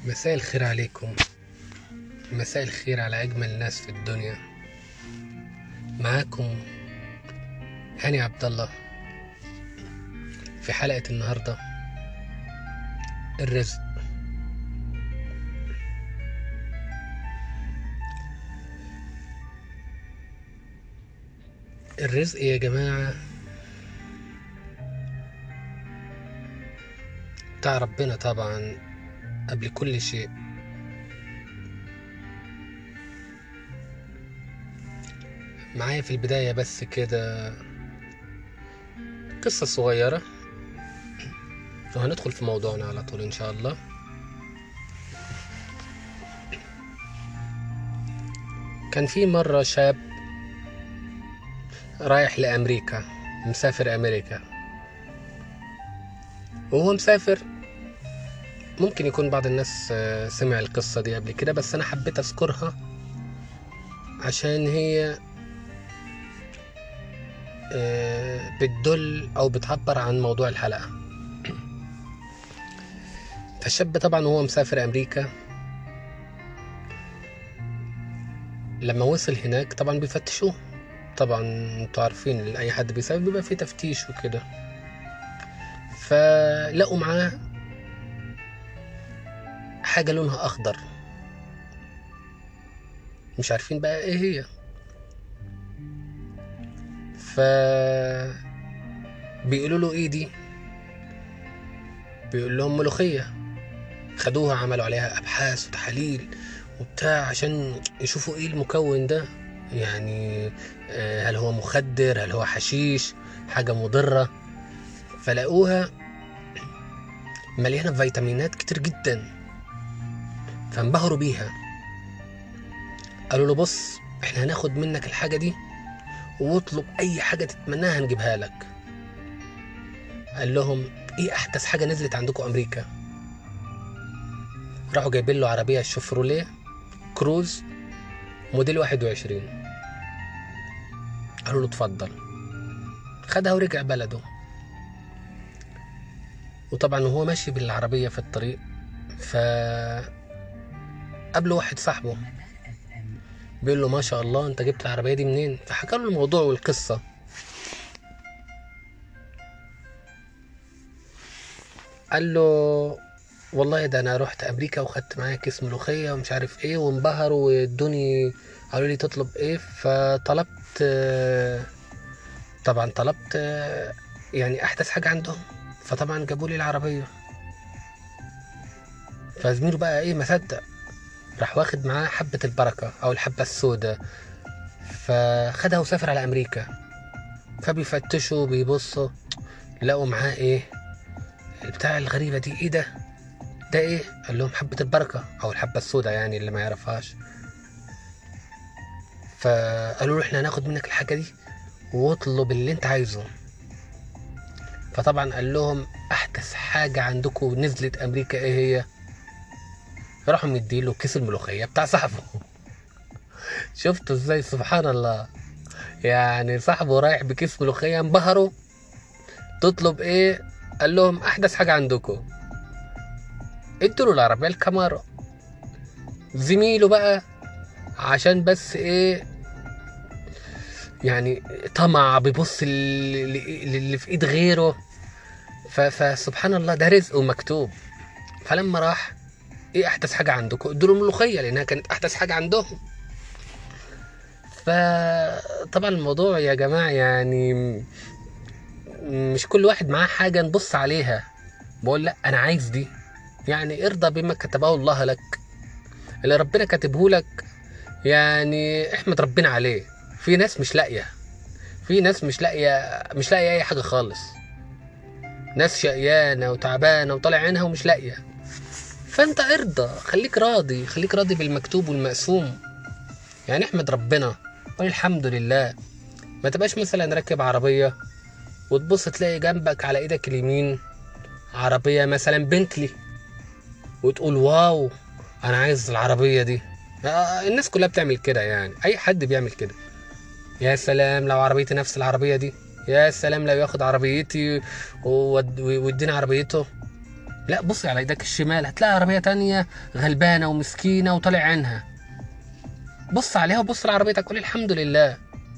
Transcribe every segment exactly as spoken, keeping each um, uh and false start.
مساء الخير عليكم. مساء الخير على أجمل ناس في الدنيا. معاكم هاني عبد الله في حلقة النهاردة الرزق. الرزق يا جماعة بتاع ربنا طبعا قبل كل شيء. معايا في البداية بس كده قصة صغيرة وهندخل في موضوعنا على طول إن شاء الله. كان في مرة شاب رايح لأمريكا، مسافر أمريكا، وهو مسافر ممكن يكون بعض الناس سمع القصة دي قبل كده، بس أنا حبيت أذكرها عشان هي بتدل أو بتعبر عن موضوع الحلقة. فالشاب طبعا وهو مسافر أمريكا لما وصل هناك طبعا بيفتشوه، طبعا انتوا عارفين أي حد بيسافر بيبقى فيه تفتيش وكده. فلقوا معاه حاجة لونها أخضر، مش عارفين بقى إيه هي. ف بيقولوا له إيه دي؟ بيقول لهم ملوخية. خدوها عملوا عليها أبحاث وتحاليل وبتاع عشان يشوفوا إيه المكون ده، يعني هل هو مخدر، هل هو حشيش، حاجة مضرة. فلقوها مليانة فيتامينات كتير جدا، فانبهروا بيها. قالوا له بص احنا هناخد منك الحاجة دي واطلب اي حاجة تتمناها هنجيبها لك. قال لهم ايه احدث حاجة نزلت عندكم امريكا؟ راحوا جايبين له عربية شيفروليه كروز موديل واحد وعشرين. قالوا له اتفضل. خدها ورجع بلده. وطبعا وهو ماشي بالعربية في الطريق ف قابله واحد صاحبه بيقول له ما شاء الله انت جبت العربية دي منين؟ فحكى له الموضوع والقصة. قال له والله ده انا رحت امريكا وخدت معايا كيس ملوخية ومش عارف ايه، وانبهروا وادوني قالوا لي تطلب ايه. فطلبت طبعا طلبت يعني احدث حاجة عندهم، فطبعا جابوا لي العربية. فزميله بقى ايه مصدق، راح واخد معاه حبة البركة او الحبة السوداء، فخدها وسافر على امريكا. فبيفتشوا بيبصوا لقوا معاه ايه البتاع الغريبة دي. ايه ده ده ايه؟ قال لهم حبة البركة او الحبة السوداء يعني اللي ما يعرفهاش. فقالوا له احنا هناخد منك الحاجة دي واطلب اللي انت عايزه. فطبعا قال لهم احدث حاجة عندكم نزلت امريكا ايه هي؟ راحوا مديله كيس الملوخية بتاع صاحبه. شفتوا ازاي؟ سبحان الله، يعني صاحبه رايح بكيس ملوخية انبهروا. تطلب ايه؟ قال لهم احدث حاجة عندكم. ادوا له العربية الكامارو. زميله بقى عشان بس ايه يعني طمع بيبص اللي في ايد غيره. فسبحان الله ده رزق ومكتوب. فلما راح ايه احدث حاجة عندكم؟ ادوا له ملوخية لانها كانت احدث حاجة عندهم. فطبعا الموضوع يا جماعة يعني مش كل واحد معاه حاجة نبص عليها بقول لا انا عايز دي. يعني ارضى بما كتبه الله لك، اللي ربنا كاتبه لك يعني احمد ربنا عليه. في ناس مش لاقيه، في ناس مش لاقيه مش لاقيه اي حاجه خالص، ناس شقيانه وتعبانه وطالع عينها ومش لاقيه. فانت ارضى، خليك راضي، خليك راضي بالمكتوب والمقسوم. يعني احمد ربنا قول الحمد لله. ما تبقاش مثلا راكب عربيه وتبص تلاقي جنبك على ايدك اليمين عربيه مثلا بنتلي وتقول واو انا عايز العربيه دي. آه الناس كلها بتعمل كده، يعني اي حد بيعمل كده. يا سلام لو عربيتي نفس العربيه دي، يا سلام لو ياخد عربيتي ويديني عربيته. لا، بصي على ايدك الشمال هتلاقي عربيه تانية غلبانه ومسكينه وطالع عينها، بص عليها وبص لعربيتك قول الحمد لله.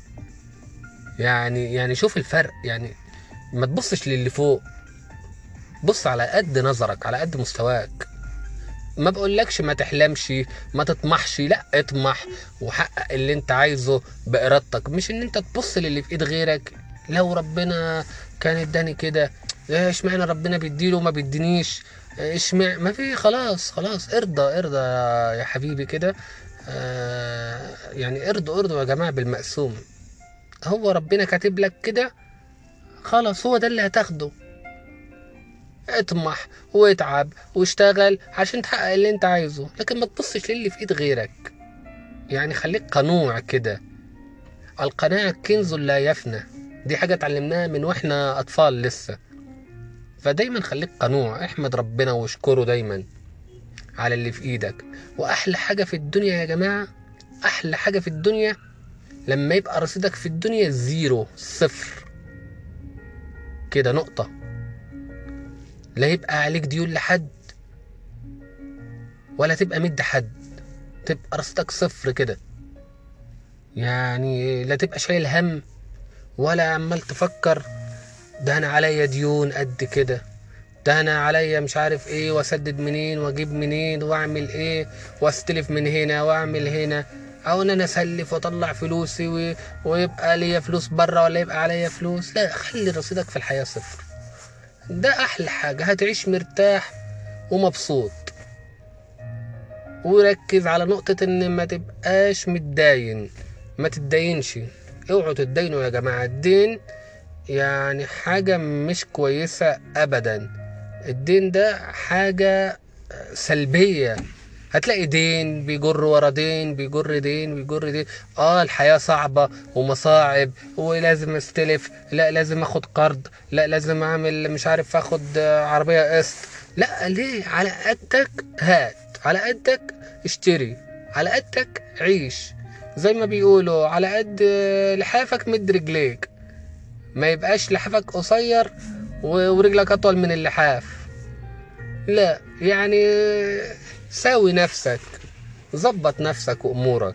يعني يعني شوف الفرق، يعني ما تبصش للي فوق، بص على قد نظرك، على قد مستواك. ما بقولكش ما تحلمش، ما تطمحش، لا اطمح وحقق اللي انت عايزه بارادتك، مش ان انت تبص للي في ايد غيرك. لو ربنا كان اداني كده، اشمعنى ربنا بيديله وما بيدينيش؟ اشمعنى ما في؟ خلاص خلاص، ارضى ارضى يا حبيبي كده. آه يعني ارضوا ارضوا يا جماعه بالمقسوم، هو ربنا كاتب لك كده، خلاص هو ده اللي هتاخده. اطمح واتعب واشتغل عشان تحقق اللي انت عايزه، لكن ما تبصش للي في ايد غيرك. يعني خليك قنوع كده، القناعة كنز لا يفنى، دي حاجة اتعلمناها من واحنا اطفال لسه. فدايما خليك قنوع، احمد ربنا واشكره دايما على اللي في ايدك. واحلى حاجة في الدنيا يا جماعة، احلى حاجة في الدنيا لما يبقى رصيدك في الدنيا زيرو، صفر كده، نقطة، لا يبقى عليك ديون لحد ولا تبقى مد حد، تبقى رصيدك صفر كده. يعني لا تبقى شايل هم ولا عمال تفكر ده انا عليا ديون قد كده، ده انا عليا مش عارف ايه، واسدد منين واجيب منين واعمل ايه، واستلف من هنا واعمل هنا، او ان انا اسلف واطلع فلوسي و... ويبقى ليا فلوس بره ولا يبقى عليا فلوس. لا، خلي رصيدك في الحياة صفر، ده احلى حاجة، هتعيش مرتاح ومبسوط. وركز على نقطة ان ما تبقاش متداين، ما تتدينش، اوعوا تتدينوا يا جماعة. الدين يعني حاجة مش كويسة ابدا، الدين ده حاجة سلبية. هتلاقي دين بيجر ورا دين بيجر دين بيجر دين. اه الحياة صعبة ومصاعب، ولازم استلف، لا لازم اخد قرض، لا لازم اعمل مش عارف اخد عربية قسط. لا، ليه؟ على قدك هات، على قدك اشتري، على قدك عيش، زي ما بيقولوا على قد لحافك مد رجليك، ما يبقاش لحافك قصير ورجلك اطول من اللحاف. لا يعني ساوي نفسك، ظبط نفسك وامورك.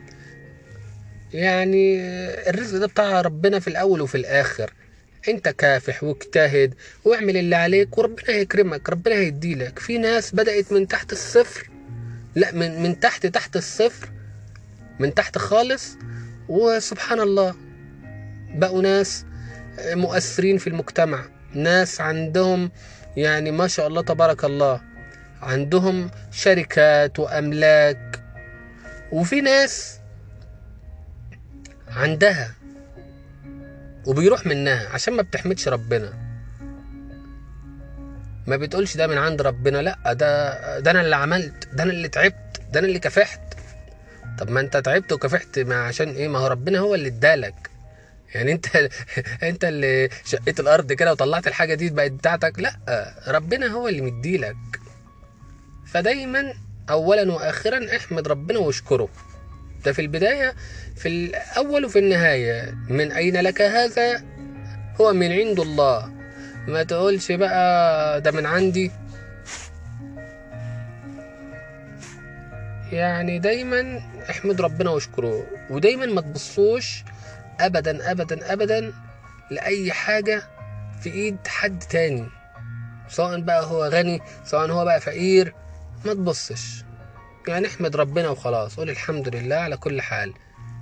يعني الرزق ده بتاع ربنا في الاول وفي الاخر، انت كافح واجتهد واعمل اللي عليك وربنا هيكرمك، ربنا هيديلك. في ناس بدأت من تحت الصفر، لا من من تحت تحت الصفر، من تحت خالص، وسبحان الله بقوا ناس مؤثرين في المجتمع، ناس عندهم يعني ما شاء الله تبارك الله، عندهم شركات وأملاك. وفي ناس عندها وبيروح منها عشان ما بتحمدش ربنا، ما بتقولش ده من عند ربنا، لا ده ده انا اللي عملت، ده انا اللي تعبت، ده انا اللي كافحت. طب ما انت تعبت وكافحت ما عشان ايه؟ ما هو ربنا هو اللي ادالك. يعني انت انت اللي شقيت الارض كده وطلعت الحاجه دي بقت بتاعتك؟ لا، ربنا هو اللي مديلك. فدايما اولا واخرا احمد ربنا واشكره، ده في البدايه، في الاول وفي النهايه. من اين لك هذا؟ هو من عند الله. ما تقولش بقى ده من عندي. يعني دايما احمد ربنا واشكره، ودايما ما تبصوش ابدا ابدا ابدا لاي حاجه في ايد حد تاني، سواء بقى هو غني سواء هو بقى فقير، ما تبصش. يعني احمد ربنا وخلاص، قول الحمد لله على كل حال.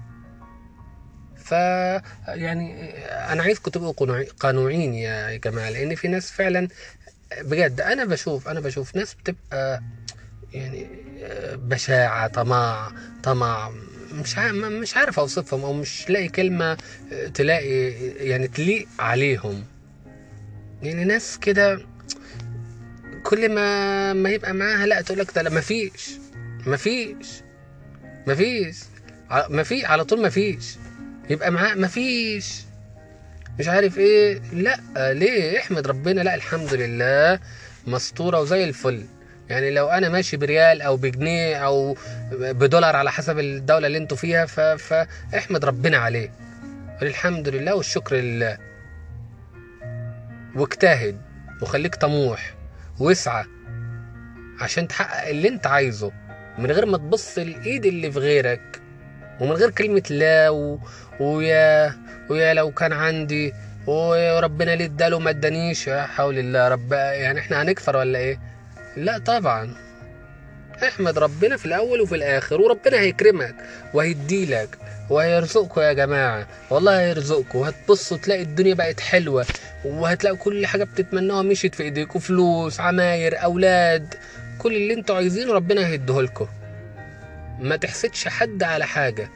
ف يعني انا عايزكم تبقوا قانوعين يا جماعه، لان في ناس فعلا بجد، انا بشوف انا بشوف ناس بتبقى يعني بشاعه، طمع طمع مش عارف مش عارف اوصفهم، او مش لاقي كلمه تلاقي يعني تليق عليهم. يعني ناس كده كل ما ما يبقى معاها لا تقول لك ده مفيش مفيش مفيش مفيش على طول، مفيش يبقى معاه مفيش مش عارف ايه. لا ليه؟ احمد ربنا، لا الحمد لله مستورة وزي الفل. يعني لو انا ماشي بريال او بجنيه او بدولار على حسب الدولة اللي انتوا فيها، فاحمد ربنا عليه، الحمد لله والشكر لله. واجتهد وخليك طموح واسعى عشان تحقق اللي انت عايزه، من غير ما تبص الايد اللي في غيرك، ومن غير كلمة لا و... ويا ويا لو كان عندي وربنا ليه اداله ما ادانيش، يا حول الله رب، يعني احنا هنكفر ولا ايه؟ لا طبعا، احمد ربنا في الاول وفي الاخر، وربنا هيكرمك وهيديلك وهيرزقكم يا جماعة، والله هيرزقكم، وهتبصوا تلاقي الدنيا بقت حلوة، وهتلاقوا كل حاجة بتتمنوها مشيت في ايديكم، فلوس، عماير، اولاد، كل اللي انتوا عايزينه ربنا هيديهولكم. ما تحسدش حد على حاجة،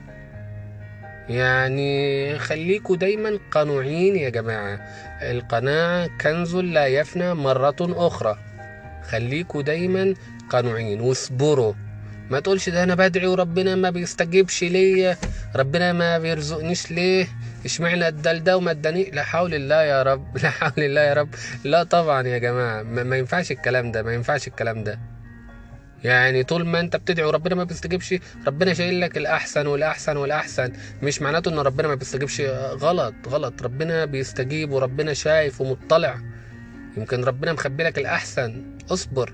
يعني خليكوا دايما قنوعين يا جماعة، القناعة كنز لا يفنى مرة اخرى، خليكوا دايما قنوعين واصبروا. ما تقولش ده انا بدعي وربنا ما بيستجيبش ليا، ربنا ما بيرزقنيش ليه، اشمعنى ادال ده وما اداني، لا حول الله يا رب، لا حول الله يا رب. لا طبعا يا جماعة، ما, ما ينفعش الكلام ده، ما ينفعش الكلام ده. يعني طول ما انت بتدعي وربنا ما بيستجيبش، ربنا شايل لك الاحسن والاحسن والاحسن، مش معناته ان ربنا ما بيستجيبش، غلط غلط، ربنا بيستجيب وربنا شايف ومطلع، يمكن ربنا مخبي لك الاحسن. اصبر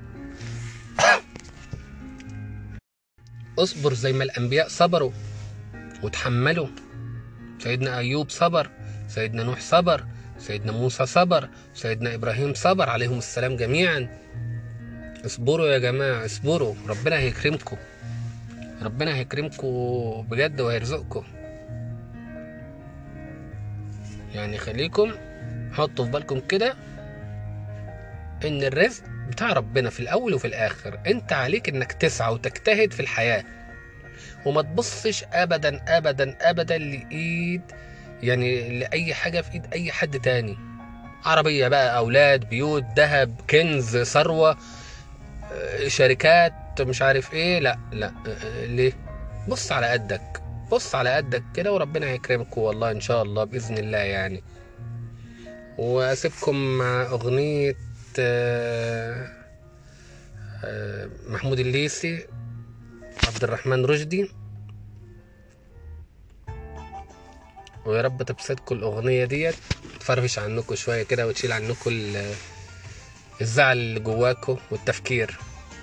اصبر زي ما الانبياء صبروا وتحملوا، سيدنا ايوب صبر، سيدنا نوح صبر، سيدنا موسى صبر، سيدنا ابراهيم صبر عليهم السلام جميعا. اصبروا يا جماعة، اصبروا، ربنا هيكرمكم، ربنا هيكرمكم بجد وهيرزقكم. يعني خليكم حطوا في بالكم كده ان الرزق بتاع ربنا في الاول وفي الاخر، انت عليك انك تسعى وتجتهد في الحياة، وما تبصش ابدا ابدا ابدا لايد، يعني لاي حاجة في ايد اي حد تاني، عربية بقى، اولاد، بيوت، ذهب، كنز، ثروة، شركات، مش عارف ايه، لا لا. ليه؟ بص على قدك، بص على قدك كده وربنا هيكرمك والله ان شاء الله باذن الله يعني. واسيبكم مع اغنية محمود الليثي، عبد الرحمن رشدي، ويا رب تبسطكم الاغنية ديت، تفرفش عنكم شوية كده وتشيل عنكم الزعل اللي جواكم والتفكير.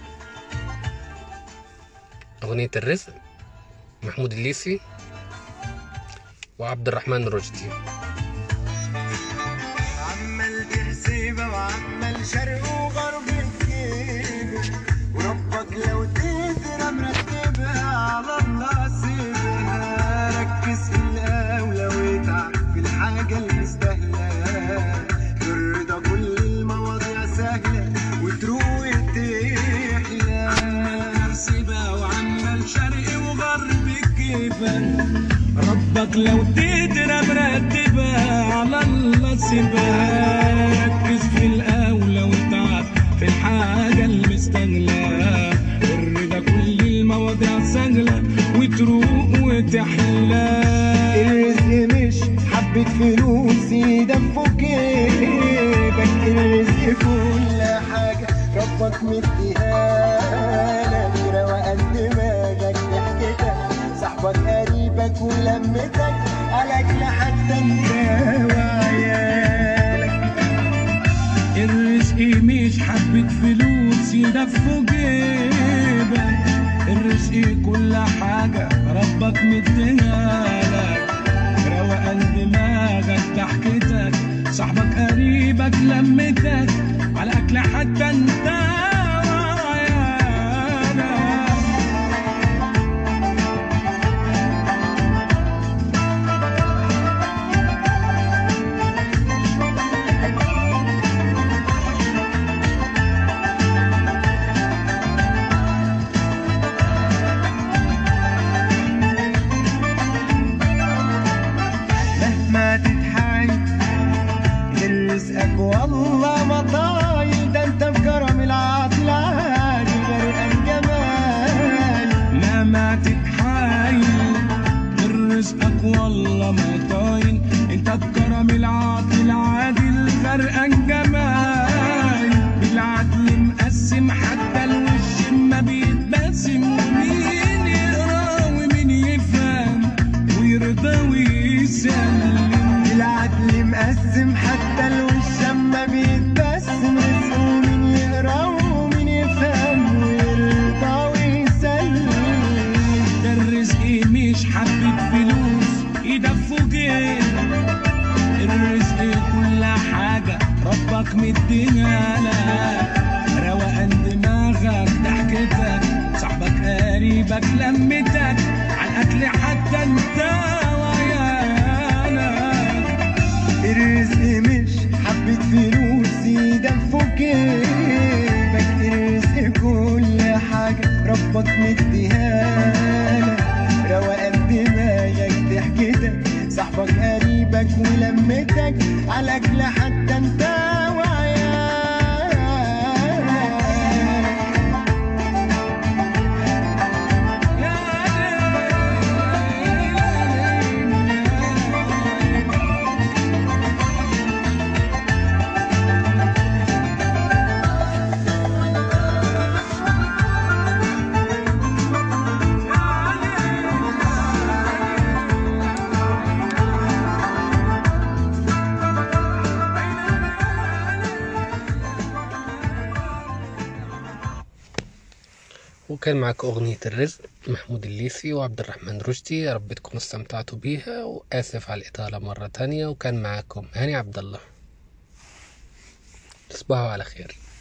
أغنية الرزق، محمود الليثي وعبد الرحمن رشدي. عمال تحسبها وعمال شرق وغرب تجيبه، وربك لو تقدر مرتبها على الله سيبها، ركز في الأولى واتعب في الحاجة المستاهلة، الرضا كل المواضيع سهلة وتروق وتحلى. تحسبها وعمال شرق وغرب تجيبها، ربك لو تقدر مرتبها على الله سيبها، ركز في الأولى واتعب في الحاجة المستاهلة، الرضا كل المواضيع سهلة وتروق وتحلى. الرزق مش حبة فلوس يدفوا جيبك، الرزق كل حاجة ربك مديها لك، روقان دماغك ضحكتك صاحبك قريبك ولمتك عليك لحتى انت وعيالك. الرزق مش حبة فلوس يدفوا جيبك، الرزق كل حاجة ربك مديها لك، روقان دماغك ضحكتك صاحبك قريبك لمتك على أكل حتى انت مهما تتحايل رزقك والله ما طايل، ده انت بكرم العقل عادي غرقان جمال. مهما تتحايل رزقك والله ما طايل، انت بكرم العقل عادي غرقان جمال. بالعدل مقسم حتى الوش ما بيتبسم، ومين يقرا ومين يفهم ويرضى ويسلم. بالعدل مقسم حتى الوش ما بيتبسم، رزقه مين لك لمتك عالاكل حتى انت وعيالك. الرزق مش حبة فلوس يدفوا جيبك، الرزق كل حاجة ربك مديهالك. روقان دماغك ضحكتك صاحبك قريبك ولمتك عالاكل حتى انت وعيالك. وكان معاك أغنية الرزق محمود الليثي وعبد الرحمن رشدي. يا رب تكونوا استمتعتوا بيها، وآسف على الإطالة مرة تانية. وكان معاكم هاني عبد الله. تصبحوا على خير.